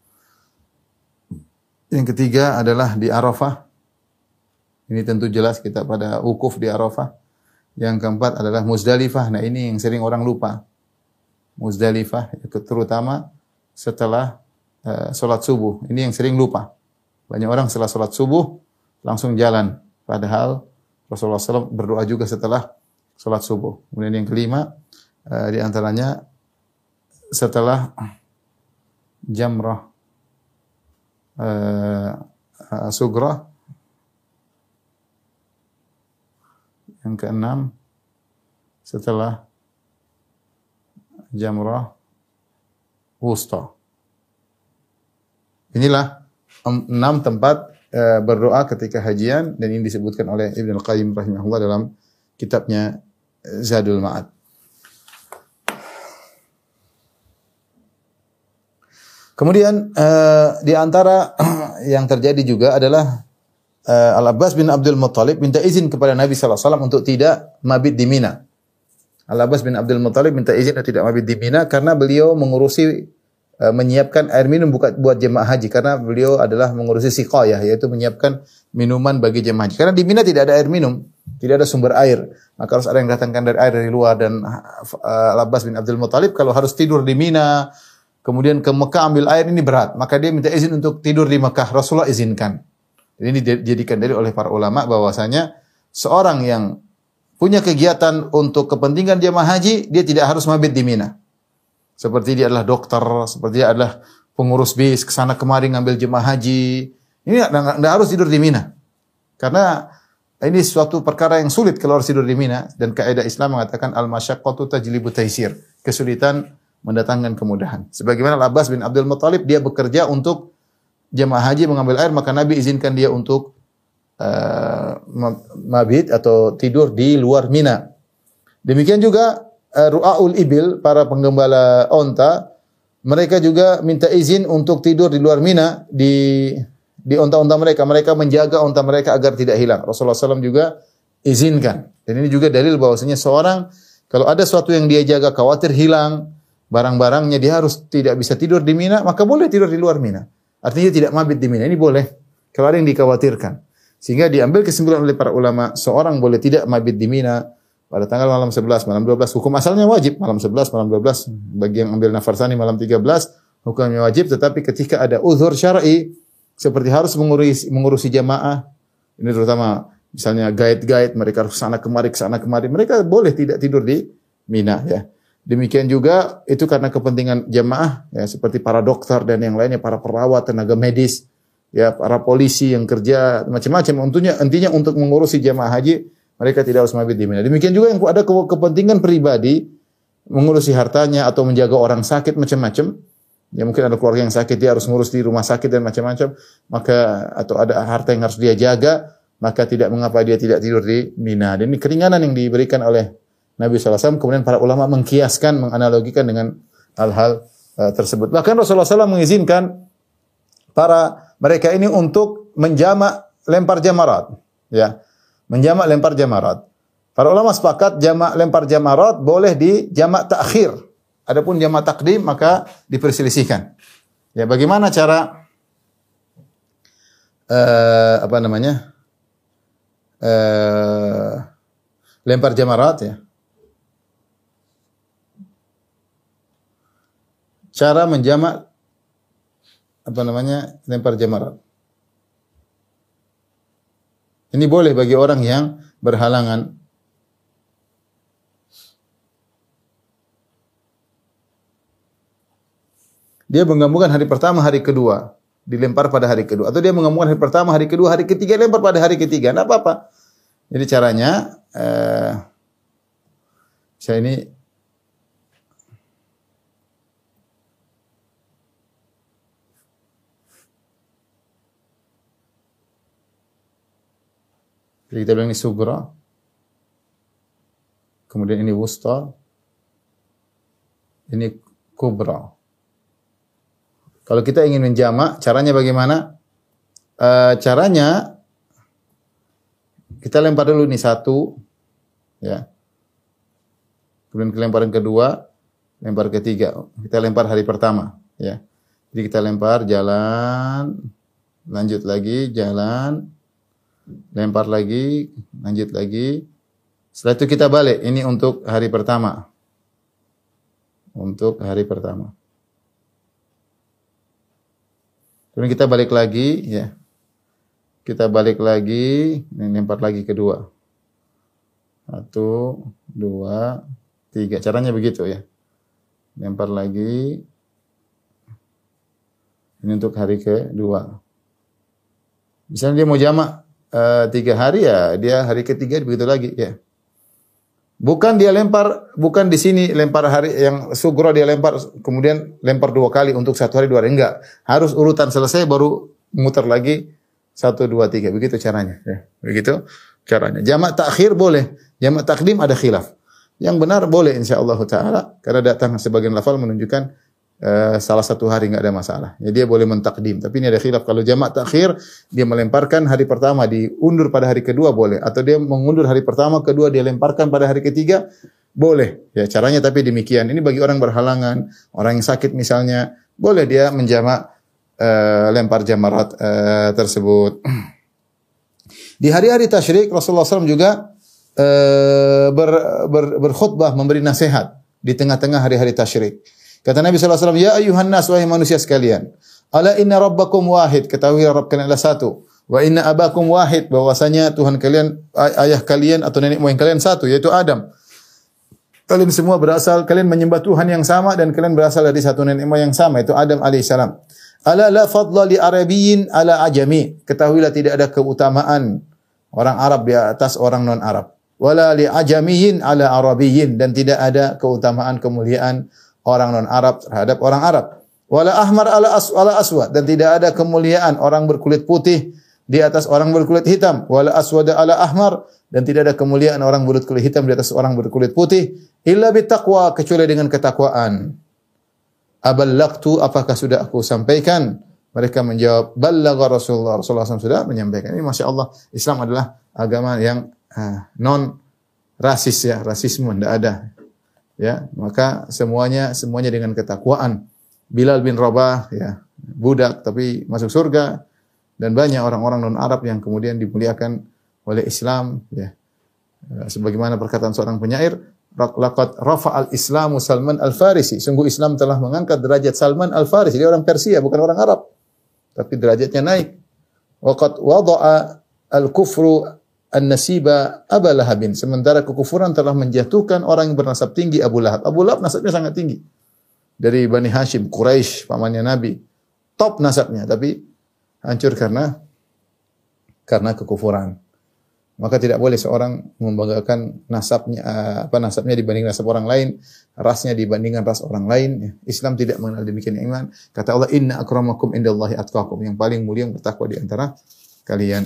Yang ketiga adalah di Arafah. Ini tentu jelas kita pada wukuf di Arafah. Yang keempat adalah Muzdalifah. Nah, ini yang sering orang lupa. Muzdalifah terutama setelah salat subuh. Ini yang sering lupa. Banyak orang setelah salat subuh langsung jalan. Padahal Rasulullah SAW berdoa juga setelah salat subuh. Kemudian yang kelima di antaranya setelah jamrah sugrah. Yang keenam setelah jamrah wusta. Inilah 6 tempat berdoa ketika hajian, dan ini disebutkan oleh Ibnu Al-Qayyim rahimahullah dalam kitabnya Zadul Ma'ad. Kemudian di antara yang terjadi juga adalah Al-Abbas bin Abdul Muttalib minta izin kepada Nabi sallallahu alaihi wasallam untuk tidak mabit di Mina. Al-Abbas bin Abdul Muttalib minta izin untuk tidak mabit di Mina karena beliau mengurusi menyiapkan air minum buat jemaah haji, karena beliau adalah mengurusi siqayah, yaitu menyiapkan minuman bagi jemaah haji. Karena di Mina tidak ada air minum, tidak ada sumber air, maka harus ada yang datangkan dari air dari luar. Dan Al-Abbas bin Abdul Muttalib kalau harus tidur di Mina, kemudian ke Mekah ambil air, ini berat, maka dia minta izin untuk tidur di Mekah. Rasulullah izinkan. Ini dijadikan dalil oleh para ulama bahwasanya seorang yang punya kegiatan untuk kepentingan jemaah haji, dia tidak harus mabit di Mina. Seperti dia adalah dokter, seperti dia adalah pengurus bis, kesana kemari ngambil jemaah haji. Ini tidak harus tidur di Mina. Karena ini suatu perkara yang sulit kalau harus tidur di Mina. Dan kaidah Islam mengatakan al-masyaqqatu tajlibu taysir. Kesulitan mendatangkan kemudahan. Sebagaimana Al-Abbas bin Abdul Muttalib, dia bekerja untuk jemaah haji mengambil air, maka Nabi izinkan dia untuk mabit atau tidur di luar Mina. Demikian juga Ru'aul Ibil, para penggembala onta, mereka juga minta izin untuk tidur di luar Mina, di onta-onta mereka. Mereka menjaga onta mereka agar tidak hilang. Rasulullah SAW juga izinkan. Dan ini juga dalil bahwasanya seorang kalau ada sesuatu yang dia jaga khawatir hilang barang-barangnya, dia harus tidak bisa tidur di Mina, maka boleh tidur di luar Mina. Artinya tidak mabit di Mina. Ini boleh kalau ada yang dikhawatirkan. Sehingga diambil kesimpulan oleh para ulama, seorang boleh tidak mabit di Mina pada tanggal malam 11, malam 12. Hukum asalnya wajib malam 11, malam 12. Bagi yang ambil nafarsani malam 13, hukumnya wajib. Tetapi ketika ada uzur syar'i, seperti harus mengurusi jamaah, ini terutama misalnya guide-guide, mereka harus kesana kemari, mereka boleh tidak tidur di Mina, ya. Demikian juga itu karena kepentingan jamaah, ya, seperti para dokter dan yang lainnya, para perawat, tenaga medis, ya, para polisi yang kerja macam-macam. Intinya untuk mengurusi jamaah haji, mereka tidak harus mabit di Mina. Demikian juga yang ada kepentingan pribadi, mengurusi hartanya atau menjaga orang sakit macam-macam. Ya, mungkin ada keluarga yang sakit, dia harus ngurus di rumah sakit dan macam-macam, maka atau ada harta yang harus dia jaga, maka tidak mengapa dia tidak tidur di Mina. Dan ini keringanan yang diberikan oleh Nabi SAW. Kemudian para ulama mengkiaskan, menganalogikan dengan hal-hal tersebut. Bahkan Rasulullah SAW mengizinkan para mereka ini untuk menjamak lempar jamarat, ya, menjamak lempar jamarat. Para ulama sepakat jamak lempar jamarat boleh di jamak takhir. Adapun jamak takdim maka diperselisihkan. Ya, bagaimana cara lempar jamarat, ya? Cara menjamak lempar jamarat. Ini boleh bagi orang yang berhalangan. Dia menggabungkan hari pertama, hari kedua, dilempar pada hari kedua. Atau dia menggabungkan hari pertama, hari kedua, hari ketiga, lempar pada hari ketiga. Tidak apa-apa. Jadi caranya, saya ini jadi kita bilang ini sugra, kemudian ini wusta, ini kubra. Kalau kita ingin menjamak, caranya bagaimana? Caranya kita lempar dulu nih satu, ya. Kemudian lemparan kedua, lempar ketiga. Kita lempar hari pertama, ya. Jadi kita lempar jalan, lanjut lagi jalan, lempar lagi, lanjut lagi. Setelah itu kita balik. Ini untuk hari pertama. Untuk hari pertama. Kemudian kita balik lagi, ya. Kita balik lagi, lempar lagi kedua. 1, 2, 3. Caranya begitu ya. Lempar lagi. Ini untuk hari kedua. Misalnya dia mau jamak 3 hari ya, dia hari ketiga begitu lagi ya. Bukan dia lempar, bukan di sini lempar hari yang sugro dia lempar, kemudian lempar 2 kali untuk 1 hari 2 hari. Enggak. Harus urutan selesai baru muter lagi 1, 2, 3. Begitu caranya. Ya. Begitu caranya. Jamak takhir boleh. Jamak takdim ada khilaf. Yang benar boleh insyaAllah ta'ala. Karena datang sebagian lafal menunjukkan salah satu hari enggak ada masalah. Ya, dia boleh mentakdim. Tapi ini ada khilaf. Kalau jamak takhir, dia melemparkan hari pertama, diundur pada hari kedua boleh. Atau dia mengundur hari pertama, kedua dia lemparkan pada hari ketiga, boleh. Ya, caranya tapi demikian. Ini bagi orang berhalangan, orang yang sakit misalnya, boleh dia menjamak lempar jamarat tersebut. Di hari-hari tasyrik Rasulullah SAW juga berkhutbah memberi nasihat di tengah-tengah hari-hari tasyrik. Kata Nabi SAW, ya ayuhan nas, wahai manusia sekalian, ala inna rabbakum wahid, ketahui Rabb kalian adalah satu, wa inna abakum wahid, bahwasanya Tuhan kalian, ayah kalian atau nenek moyang kalian satu, yaitu Adam. Kalian semua berasal, kalian menyembah Tuhan yang sama dan kalian berasal dari satu nenek moyang yang sama, itu Adam alaihissalam. Ala la fadla li arabiyyin ala ajami, ketahuilah tidak ada keutamaan orang Arab di atas orang non-Arab. Wala li ajamiyyin ala arabiyyin, dan tidak ada keutamaan kemuliaan orang non-Arab terhadap orang Arab. Wala ahmar ala aswad, dan tidak ada kemuliaan orang berkulit putih di atas orang berkulit hitam. Wala aswad ala ahmar, dan tidak ada kemuliaan orang berkulit hitam di atas orang berkulit putih. Illa bitaqwa, kecuali dengan ketakwaan. Aballaqtu, apakah sudah aku sampaikan? Mereka menjawab, ballagha Rasulullah. Rasulullah SAW sudah menyampaikan. Ini Masya Allah, Islam adalah agama yang non rasis ya, rasisme tidak ada. Ya, maka semuanya dengan ketakwaan. Bilal bin Rabah ya, budak tapi masuk surga, dan banyak orang-orang non-Arab yang kemudian dimuliakan oleh Islam ya. Sebagaimana perkataan seorang penyair, laqad rafa'al Islamu Salman al-Farisi. Sungguh Islam telah mengangkat derajat Salman al-Farisi. Dia orang Persia, bukan orang Arab. Tapi derajatnya naik. Waqad wada'a al-kufru an-nasiba Abu Lahabin. Sementara kekufuran telah menjatuhkan orang yang bernasab tinggi Abu Lahab. Abu Lahab nasabnya sangat tinggi. Dari Bani Hashim, Quraisy, pamannya Nabi. Top nasabnya, tapi hancur karena kekufuran. Maka tidak boleh seorang membanggakan nasabnya dibanding nasab orang lain, rasnya dibandingkan ras orang lain. Islam tidak mengenal demikian iman. Kata Allah, inna akramakum indallahi atqakum. Yang paling mulia yang bertakwa di antara kalian.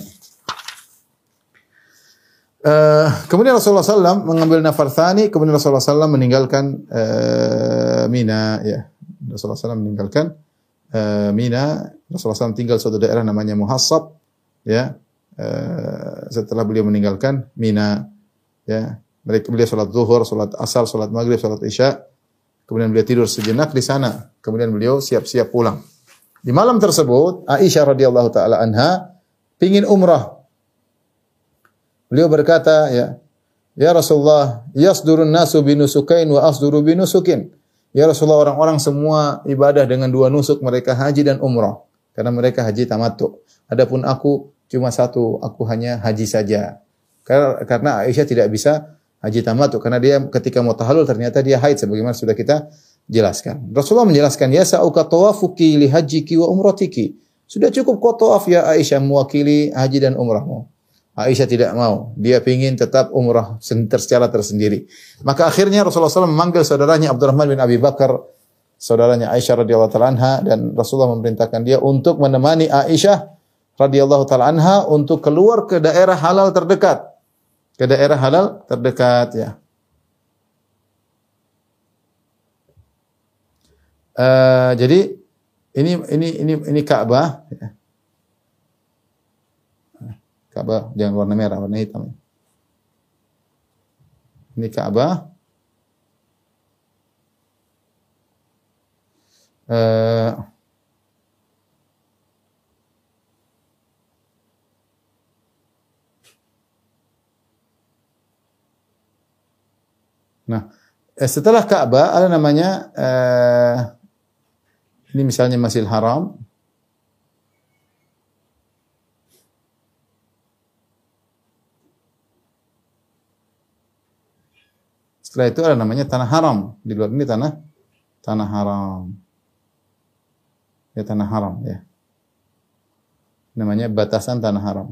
Kemudian Rasulullah SAW mengambil nafar tsani, kemudian Rasulullah SAW meninggalkan Mina. Ya, Rasulullah SAW meninggalkan Mina. Rasulullah SAW tinggal suatu daerah namanya Muhassab. Ya, setelah beliau meninggalkan Mina, ya, beliau sholat zuhur, sholat asar, sholat maghrib, sholat isya. Kemudian beliau tidur sejenak di sana. Kemudian beliau siap-siap pulang. Di malam tersebut, Aisyah radhiyallahu taala anha pingin umrah. Beliau berkata, ya Rasulullah, yasdurun nasu binusukain wa asduru binusukin. Ya Rasulullah, orang-orang semua ibadah dengan 2 nusuk, mereka haji dan umrah. Karena mereka haji tamattu. Adapun aku cuma satu, aku hanya haji saja. Karena Aisyah tidak bisa haji tamattu, karena dia ketika mau tahallul ternyata dia haid, sebagaimana sudah kita jelaskan. Rasulullah menjelaskan, ya sa'uka tawafuki li hajjiki wa umratiki. Sudah cukup kau tawaf ya Aisyah, mewakili haji dan umrahmu. Aisyah tidak mau. Dia ingin tetap umrah secara tersendiri. Maka akhirnya Rasulullah SAW memanggil saudaranya Abdurrahman bin Abi Bakar, saudaranya Aisyah radhiyallahu taala anha, dan Rasulullah memerintahkan dia untuk menemani Aisyah radhiyallahu taala anha untuk keluar ke daerah halal terdekat. Ke daerah halal terdekat ya. Jadi ini Ka'bah ya. Ka'bah jangan warna merah, warna hitam. Ini Ka'bah. Nah, setelah Ka'bah ada namanya ini misalnya Masjidil Haram. Setelah itu ada namanya Tanah Haram. Di luar ini Tanah Haram. Ya, Tanah Haram ya. Namanya batasan Tanah Haram.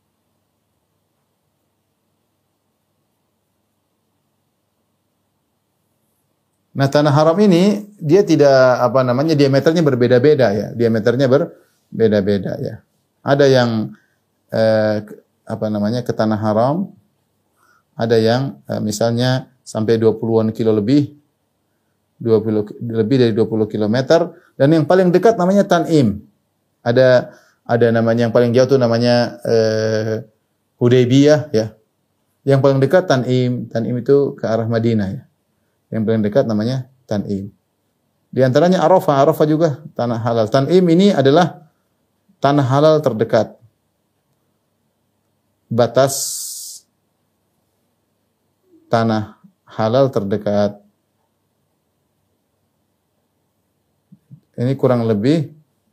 Nah, Tanah Haram ini dia tidak diameternya berbeda-beda ya. Diameternya berbeda-beda ya. Ada yang ke Tanah Haram, ada yang misalnya sampai 20-an kilo lebih, lebih dari 20 kilometer, dan yang paling dekat namanya Tan'im. Ada namanya yang paling jauh itu namanya Hudaybiyah ya. Yang paling dekat Tan'im. Tan'im itu ke arah Madinah ya. Yang paling dekat namanya Tan'im. Di antaranya Arafah. Arafah juga tanah halal. Tan'im ini adalah tanah halal terdekat. Batas tanah halal terdekat. Ini kurang lebih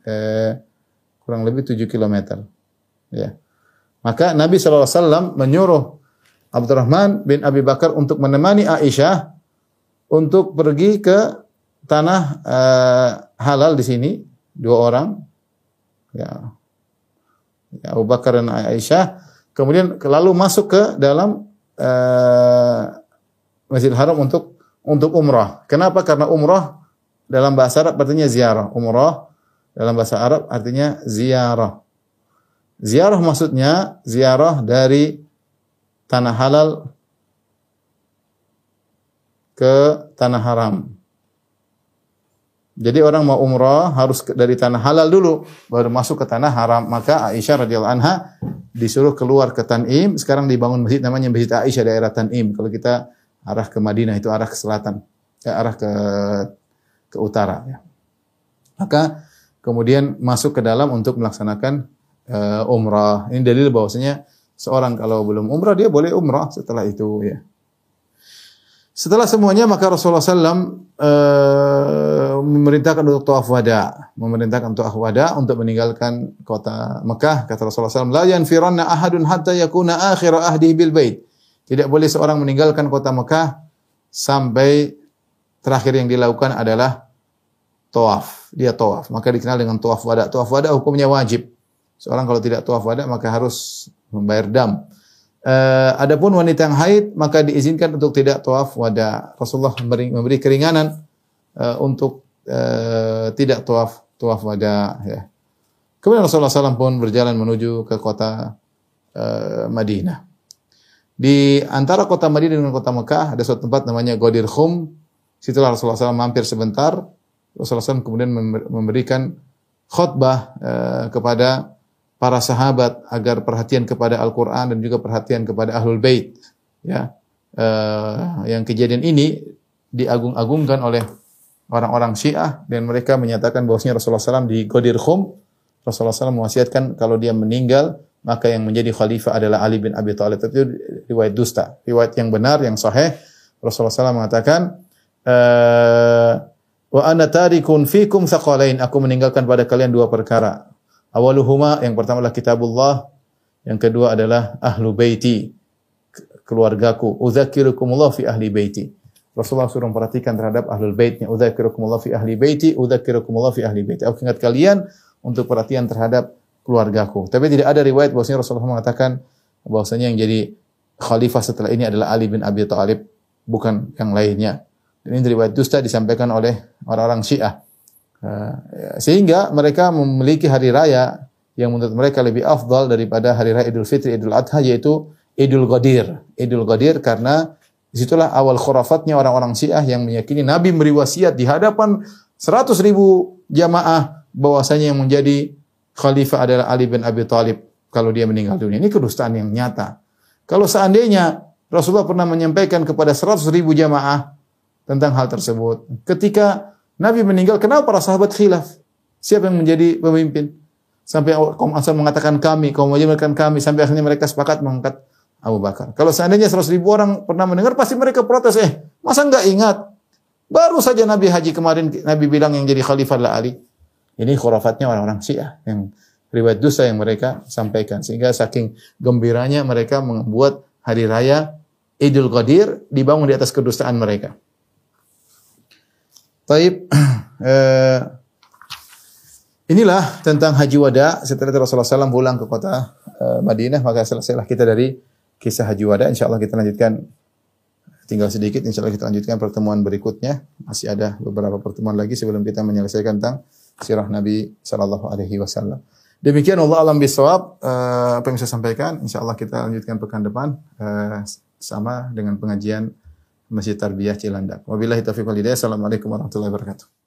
7 kilometer. Ya. Maka Nabi SAW menyuruh Abdurrahman bin Abi Bakar untuk menemani Aisyah untuk pergi ke tanah halal di sini, 2 orang. Ya. Abu Bakar dan Aisyah. Kemudian lalu masuk ke dalam Masjidil Haram untuk umrah. Kenapa? Karena umrah dalam bahasa Arab artinya ziarah. Umrah dalam bahasa Arab artinya ziarah. Ziarah maksudnya ziarah dari tanah halal ke tanah haram. Jadi orang mau umrah harus dari tanah halal dulu baru masuk ke tanah haram. Maka Aisyah radhiyallahu anha disuruh keluar ke Tan'im. Sekarang dibangun masjid namanya Masjid Aisyah daerah Tan'im. Kalau kita arah ke Madinah itu arah ke selatan, arah ke utara ya. Maka kemudian masuk ke dalam untuk melaksanakan umrah. Ini dalil bahwasanya seorang kalau belum umrah dia boleh umrah setelah itu ya. Setelah semuanya maka Rasulullah SAW memerintahkan untuk tawaf wada, untuk meninggalkan kota Mekah. Kata Rasulullah SAW, la yanfiranna ahadun hatta yakuna akhir ahdihi bil bait. Tidak boleh seorang meninggalkan kota Mekah sampai terakhir yang dilakukan adalah tawaf. Dia tawaf, maka dikenal dengan tawaf wada. Tawaf wada hukumnya wajib. Seorang kalau tidak tawaf wada maka harus membayar dam. Adapun wanita yang haid maka diizinkan untuk tidak tawaf wada. Rasulullah memberi keringanan untuk tidak tawaf wada ya. Kemudian Rasulullah SAW pun berjalan menuju ke kota Madinah. Di antara kota Madinah dengan kota Mekah ada suatu tempat namanya Ghadir Khum. Situlah Rasulullah SAW mampir sebentar. Rasulullah SAW kemudian memberikan khutbah kepada para sahabat agar perhatian kepada Al-Quran dan juga perhatian kepada Ahlul Bait. Ya, yang kejadian ini diagung-agungkan oleh orang-orang Syiah dan mereka menyatakan bahwasanya Rasulullah SAW di Ghadir Khum, Rasulullah SAW mewasiatkan kalau dia meninggal maka yang menjadi khalifah adalah Ali bin Abi Thalib. Itu riwayat dusta. Riwayat yang benar, yang sahih, Rasulullah SAW mengatakan, wa ana tarikun fikum thaqalain. Aku meninggalkan pada kalian 2 perkara. Awaluhuma, yang pertama adalah kitabullah, yang kedua adalah ahlu baiti, keluargaku. Udzakirukumullah fi ahli baiti. Rasulullah suruh memperhatikan terhadap ahlul baitnya. Udzakirukumullah fi ahli baiti, udzakirukumullah fi ahli baiti. Aku ingat kalian untuk perhatian terhadap keluargaku. Tapi tidak ada riwayat bahwasanya Rasulullah mengatakan bahwasanya yang jadi khalifah setelah ini adalah Ali bin Abi Thalib, bukan yang lainnya. Dan ini riwayat dusta disampaikan oleh orang-orang Syiah. Sehingga mereka memiliki hari raya yang menurut mereka lebih afdal daripada hari raya Idul Fitri, Idul Adha, yaitu Idul Ghadir. Idul Ghadir karena disitulah awal khurafatnya orang-orang Syiah yang meyakini Nabi memberi wasiat di hadapan 100.000 jamaah bahwasanya yang menjadi khalifah adalah Ali bin Abi Thalib. kalau dia meninggal dunia. Ini kedustaan yang nyata. Kalau seandainya Rasulullah pernah menyampaikan kepada 100.000 jamaah tentang hal tersebut. Ketika Nabi meninggal, kenapa para sahabat khilaf? Siapa yang menjadi pemimpin? Sampai kaum Ansar mengatakan kami, kaum Muhajirin mengatakan kami, sampai akhirnya mereka sepakat mengangkat Abu Bakar. Kalau seandainya 100.000 orang pernah mendengar, pasti mereka protes. Masa enggak ingat? Baru saja Nabi haji kemarin, Nabi bilang yang jadi khalifah adalah Ali. Ini khurafatnya orang-orang Syiah yang riwayat dusta yang mereka sampaikan. Sehingga saking gembiranya mereka membuat hari raya Idul Qadir dibangun di atas kedustaan mereka. Taib, inilah tentang haji wada. Setelah Rasulullah SAW pulang ke kota Madinah, maka selesailah kita dari kisah haji wada. InsyaAllah kita lanjutkan, tinggal sedikit. InsyaAllah kita lanjutkan pertemuan berikutnya. Masih ada beberapa pertemuan lagi sebelum kita menyelesaikan tentang sirah Nabi sallallahu alaihi wasallam. Demikian Allah alam bisawab apa yang saya sampaikan. InsyaAllah kita lanjutkan pekan depan sama dengan pengajian Masjid Tarbiyah Cilandak. Wabillahi taufiq wal hidayah. Assalamualaikum warahmatullahi wabarakatuh.